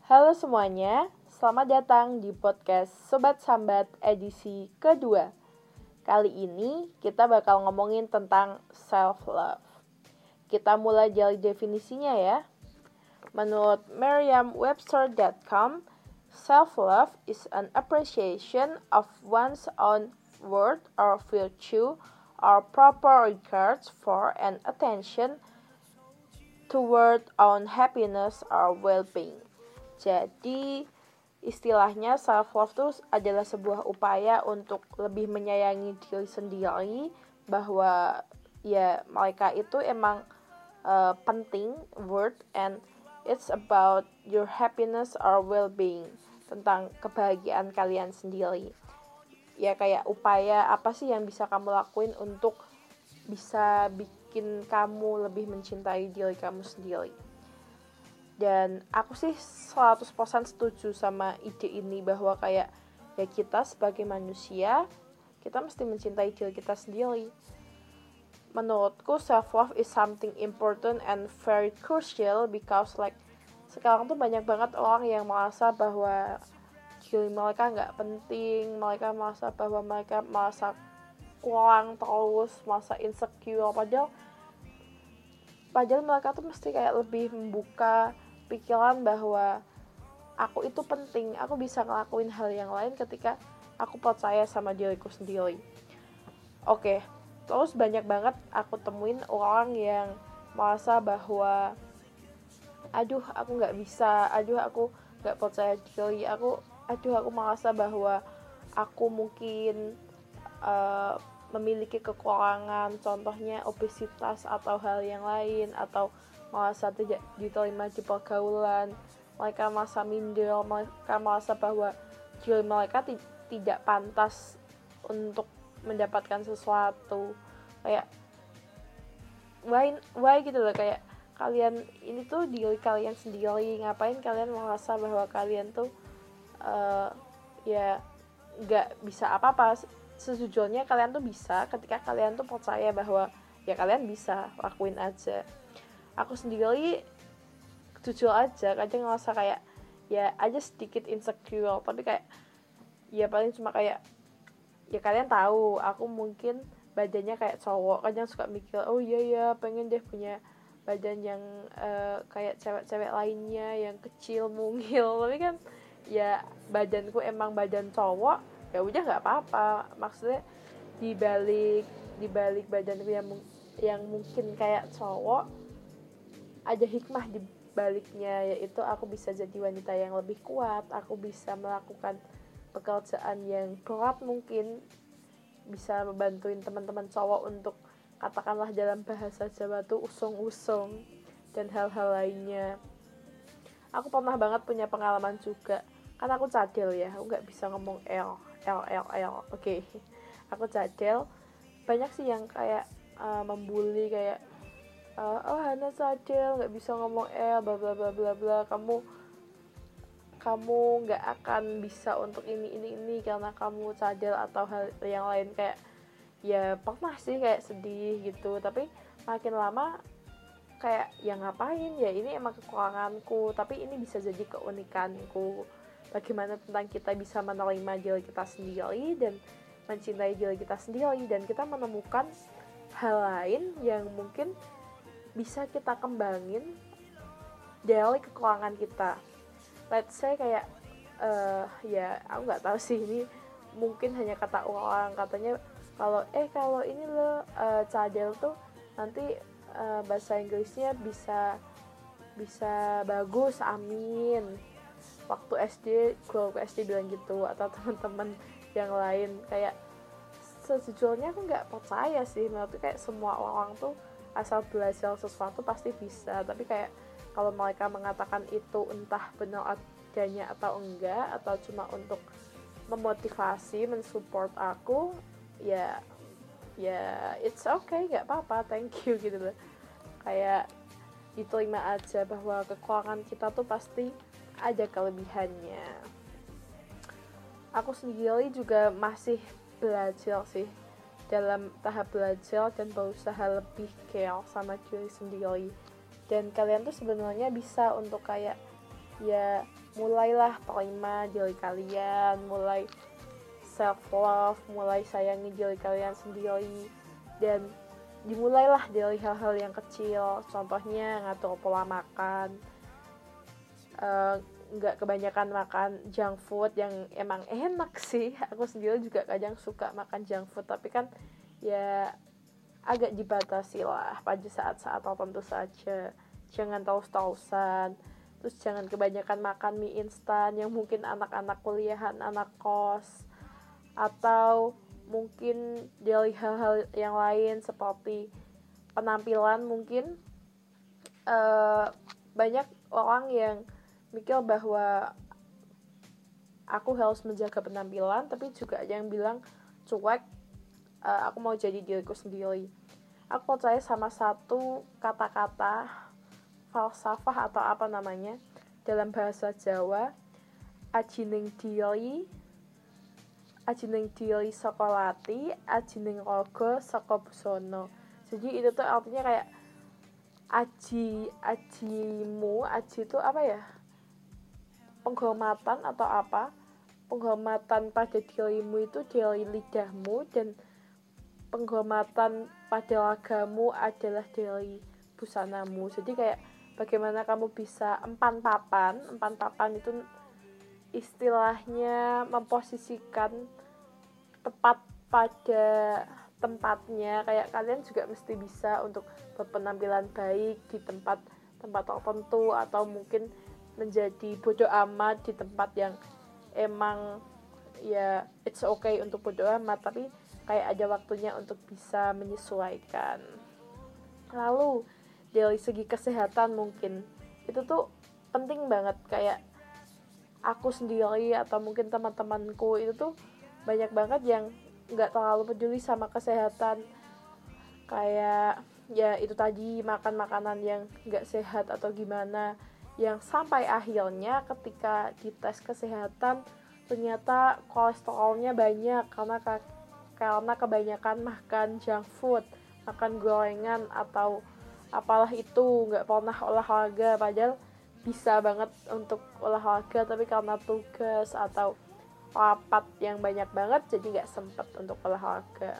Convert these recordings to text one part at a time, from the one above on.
Halo semuanya, selamat datang di podcast Sobat Sambat edisi kedua. Kali ini kita bakal ngomongin tentang self-love. Kita mulai dari definisinya ya. Menurut Merriam-Webster.com, self-love is an appreciation of one's own worth or virtue or proper regards for and attention toward own happiness or well-being. Jadi, istilahnya self-love itu adalah sebuah upaya untuk lebih menyayangi diri sendiri, bahwa ya mereka itu emang penting, worth, and it's about your happiness or well-being, tentang kebahagiaan kalian sendiri. Ya kayak upaya apa sih yang bisa kamu lakuin untuk bisa bikin kamu lebih mencintai diri kamu sendiri. Dan aku sih 100% setuju sama ide ini, bahwa kayak ya kita sebagai manusia, kita mesti mencintai diri kita sendiri. Menurutku self-love is something important and very crucial because like sekarang tuh banyak banget orang yang merasa bahwa diri mereka gak penting, mereka merasa bahwa mereka merasa kurang terus, merasa insecure, padahal mereka tuh mesti kayak lebih membuka pikiran bahwa aku itu penting, aku bisa ngelakuin hal yang lain ketika aku percaya sama diriku sendiri. Oke, terus banyak banget aku temuin orang yang merasa bahwa aduh aku gak bisa, aduh aku gak percaya diri, aku merasa bahwa aku mungkin memiliki kekurangan, contohnya obesitas atau hal yang lain, atau merasa tidak diterima di pergaulan, mereka merasa minder, mereka merasa bahwa diri mereka tidak pantas untuk mendapatkan sesuatu. Kayak why gitu loh, kayak kalian ini tuh diri kalian sendiri, ngapain kalian merasa bahwa kalian tuh ya nggak bisa apa-apa. Sejujurnya kalian tuh bisa ketika kalian tuh percaya bahwa ya kalian bisa, lakuin aja. Aku sendiri jujur aja kadang ngerasa kayak ya aja sedikit insecure, tapi kayak ya paling cuma kayak ya kalian tahu aku mungkin badannya kayak cowok, kadang suka mikir oh iya ya pengen deh punya badan yang kayak cewek-cewek lainnya yang kecil mungil, tapi kan ya badanku emang badan cowok, ya udah nggak apa-apa. Maksudnya dibalik badanku yang mungkin kayak cowok, ada hikmah di baliknya, yaitu aku bisa jadi wanita yang lebih kuat, aku bisa melakukan pekerjaan yang berat, mungkin bisa membantuin teman-teman cowok untuk katakanlah dalam bahasa Jawa tuh usung-usung dan hal-hal lainnya. Aku pernah banget punya pengalaman juga, kan aku cadel ya, aku nggak bisa ngomong L. Oke. Aku cadel, banyak sih yang kayak membuli kayak oh Hana cadel nggak bisa ngomong bla bla bla bla bla, kamu nggak akan bisa untuk ini karena kamu cadel atau hal yang lain. Kayak ya pernah sih kayak sedih gitu, tapi makin lama kayak ya ngapain ya, ini emang kekuranganku, tapi ini bisa jadi keunikanku. Bagaimana tentang kita bisa menerima diri kita sendiri dan mencintai diri kita sendiri, dan kita menemukan hal lain yang mungkin bisa kita kembangin dari kekurangan kita. Let's say kayak ya aku nggak tahu sih, ini mungkin hanya kata orang, katanya kalau ini lo cadel tuh nanti bahasa Inggrisnya bisa bagus, amin. Waktu guru SD bilang gitu, atau teman-teman yang lain. Kayak sejujurnya aku nggak percaya sih, menurut kayak semua orang tuh asal belajar sesuatu pasti bisa, tapi kayak kalau mereka mengatakan itu entah benar adanya atau enggak, atau cuma untuk memotivasi, mensupport aku, ya it's okay, nggak apa-apa, thank you gitu loh. Kayak diterima aja bahwa kekurangan kita tuh pasti ada kelebihannya. Aku sendiri juga masih belajar sih, dalam tahap belajar dan berusaha lebih care sama diri sendiri. Dan kalian tuh sebenarnya bisa untuk kayak ya mulailah terima diri kalian, mulai self love, mulai sayangi diri kalian sendiri, dan dimulailah dari hal-hal yang kecil. Contohnya ngatur pola makan, nggak kebanyakan makan junk food yang emang enak sih. Aku sendiri juga kadang suka makan junk food, tapi kan ya agak dibatasi lah pada saat-saat tertentu saja. Jangan terus-terusan. Terus jangan kebanyakan makan mie instan yang mungkin anak-anak kuliahan, anak kos, atau mungkin dari hal-hal yang lain seperti penampilan. Mungkin banyak orang yang mikir bahwa aku harus menjaga penampilan, tapi juga ada yang bilang cuek, aku mau jadi diriku sendiri. Aku percaya sama satu kata-kata falsafah atau apa namanya dalam bahasa Jawa, ajining diri saka lati, ajining raga saka busana. Jadi itu tuh artinya kayak aji itu apa ya, penghormatan atau apa, penghormatan pada dirimu itu dari lidahmu, dan penghormatan pada ragamu adalah dari busanamu. Jadi kayak bagaimana kamu bisa empan papan itu istilahnya memposisikan tepat pada tempatnya. Kayak kalian juga mesti bisa untuk berpenampilan baik di tempat tertentu, atau mungkin menjadi bodoh amat di tempat yang emang ya it's okay untuk bodoh amat, tapi kayak ada waktunya untuk bisa menyesuaikan. Lalu dari segi kesehatan mungkin itu tuh penting banget. Kayak aku sendiri atau mungkin teman-temanku itu tuh banyak banget yang nggak terlalu peduli sama kesehatan. Kayak ya itu tadi, makan makanan yang nggak sehat atau gimana, yang sampai akhirnya ketika dites kesehatan ternyata kolesterolnya banyak karena kebanyakan makan junk food, makan gorengan atau apalah itu, nggak pernah olahraga, padahal bisa banget untuk olahraga, tapi karena tugas atau rapat yang banyak banget jadi nggak sempet untuk olahraga.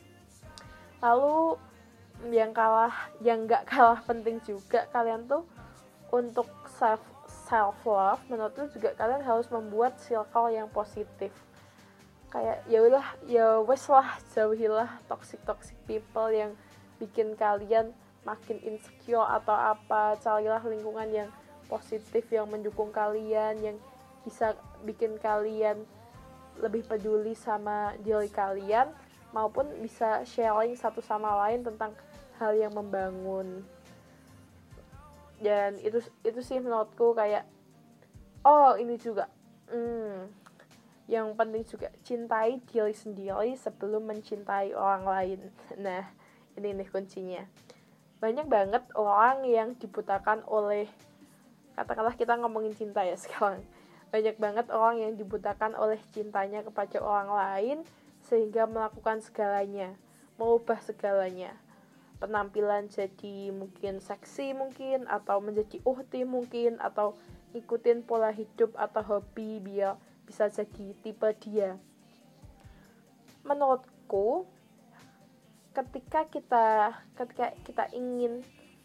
Lalu yang nggak kalah penting juga, kalian tuh untuk self love, menurutku juga kalian harus membuat circle yang positif. Kayak ya udah, ya wes lah, jauhilah toxic people yang bikin kalian makin insecure atau apa. Carilah lingkungan yang positif, yang mendukung kalian, yang bisa bikin kalian lebih peduli sama diri kalian, maupun bisa sharing satu sama lain tentang hal yang membangun. Dan itu sih menurutku kayak ini juga yang penting juga, cintai diri sendiri sebelum mencintai orang lain. Nah, ini nih kuncinya. Banyak banget orang yang dibutakan oleh, katakanlah kita ngomongin cinta ya sekarang. Banyak banget orang yang dibutakan oleh cintanya kepada orang lain, sehingga melakukan segalanya, mengubah segalanya. Penampilan jadi mungkin seksi mungkin, atau menjadi uhti mungkin, atau ikutin pola hidup atau hobi biar bisa jadi tipe dia. Menurutku ketika kita ingin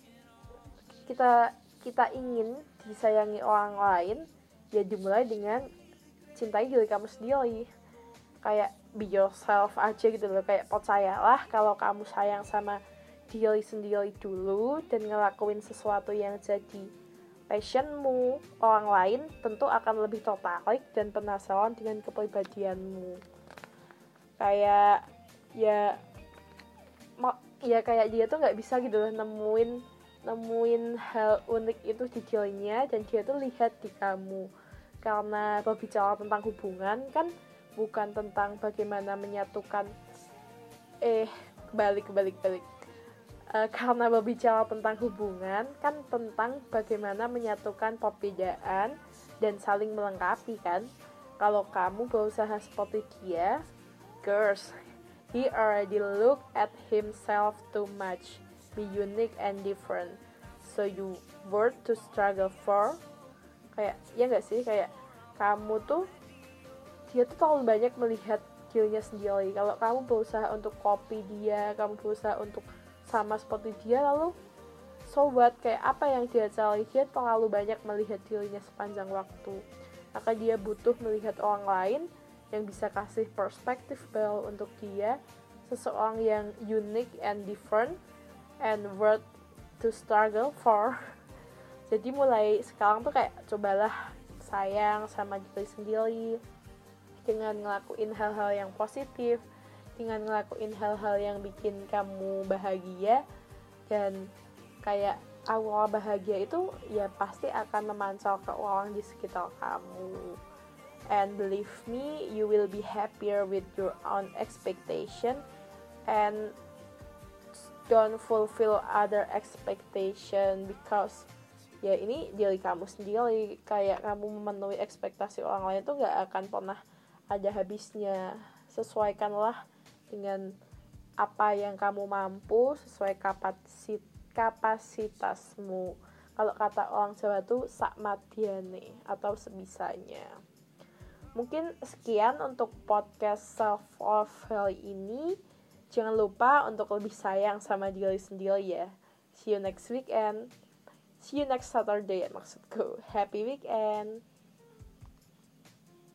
disayangi orang lain, ya dimulai dengan cintai diri kamu sendiri. Kayak be yourself aja gitu loh. Kayak percayalah kalau kamu sayang sama diri sendiri dulu dan ngelakuin sesuatu yang jadi passionmu, orang lain tentu akan lebih tertarik dan penasaran dengan kepribadianmu. Kayak ya kayak dia tuh nggak bisa gitu loh nemuin hal unik itu di dirinya, dan dia tuh lihat di kamu. Karena berbicara tentang hubungan kan bukan tentang bagaimana menyatukan balik karena berbicara tentang hubungan kan tentang bagaimana menyatukan perbedaan dan saling melengkapi kan. Kalau kamu berusaha seperti dia, girls, he already look at himself too much, be unique and different, so you worth to struggle for. kayak ya nggak sih, kayak kamu tuh, dia tuh terlalu banyak melihat dirinya sendiri. Kalau kamu berusaha untuk copy dia, kamu berusaha untuk sama seperti dia, lalu so what, kayak apa yang dia cari? Dia terlalu banyak melihat dirinya sepanjang waktu, maka dia butuh melihat orang lain yang bisa kasih perspektif baru untuk dia, seseorang yang unique and different and worth to struggle for. Jadi mulai sekarang tuh kayak cobalah sayang sama diri sendiri dengan ngelakuin hal-hal yang positif, dengan ngelakuin hal-hal yang bikin kamu bahagia. Dan kayak awal bahagia itu ya pasti akan memancar ke orang di sekitar kamu. And believe me, you will be happier with your own expectation, and don't fulfill other expectation, because ya ini diri kamu sendiri. Kayak kamu memenuhi ekspektasi orang lain tuh gak akan pernah ada habisnya. Sesuaikanlah dengan apa yang kamu mampu, sesuai kapasitasmu. Kalau kata orang Jawa tuh sakmadiane atau sebisanya. Mungkin sekian untuk podcast self love kali ini. Jangan lupa untuk lebih sayang sama diri sendiri ya. See you next weekend. See you next Saturday maksudku. Happy weekend.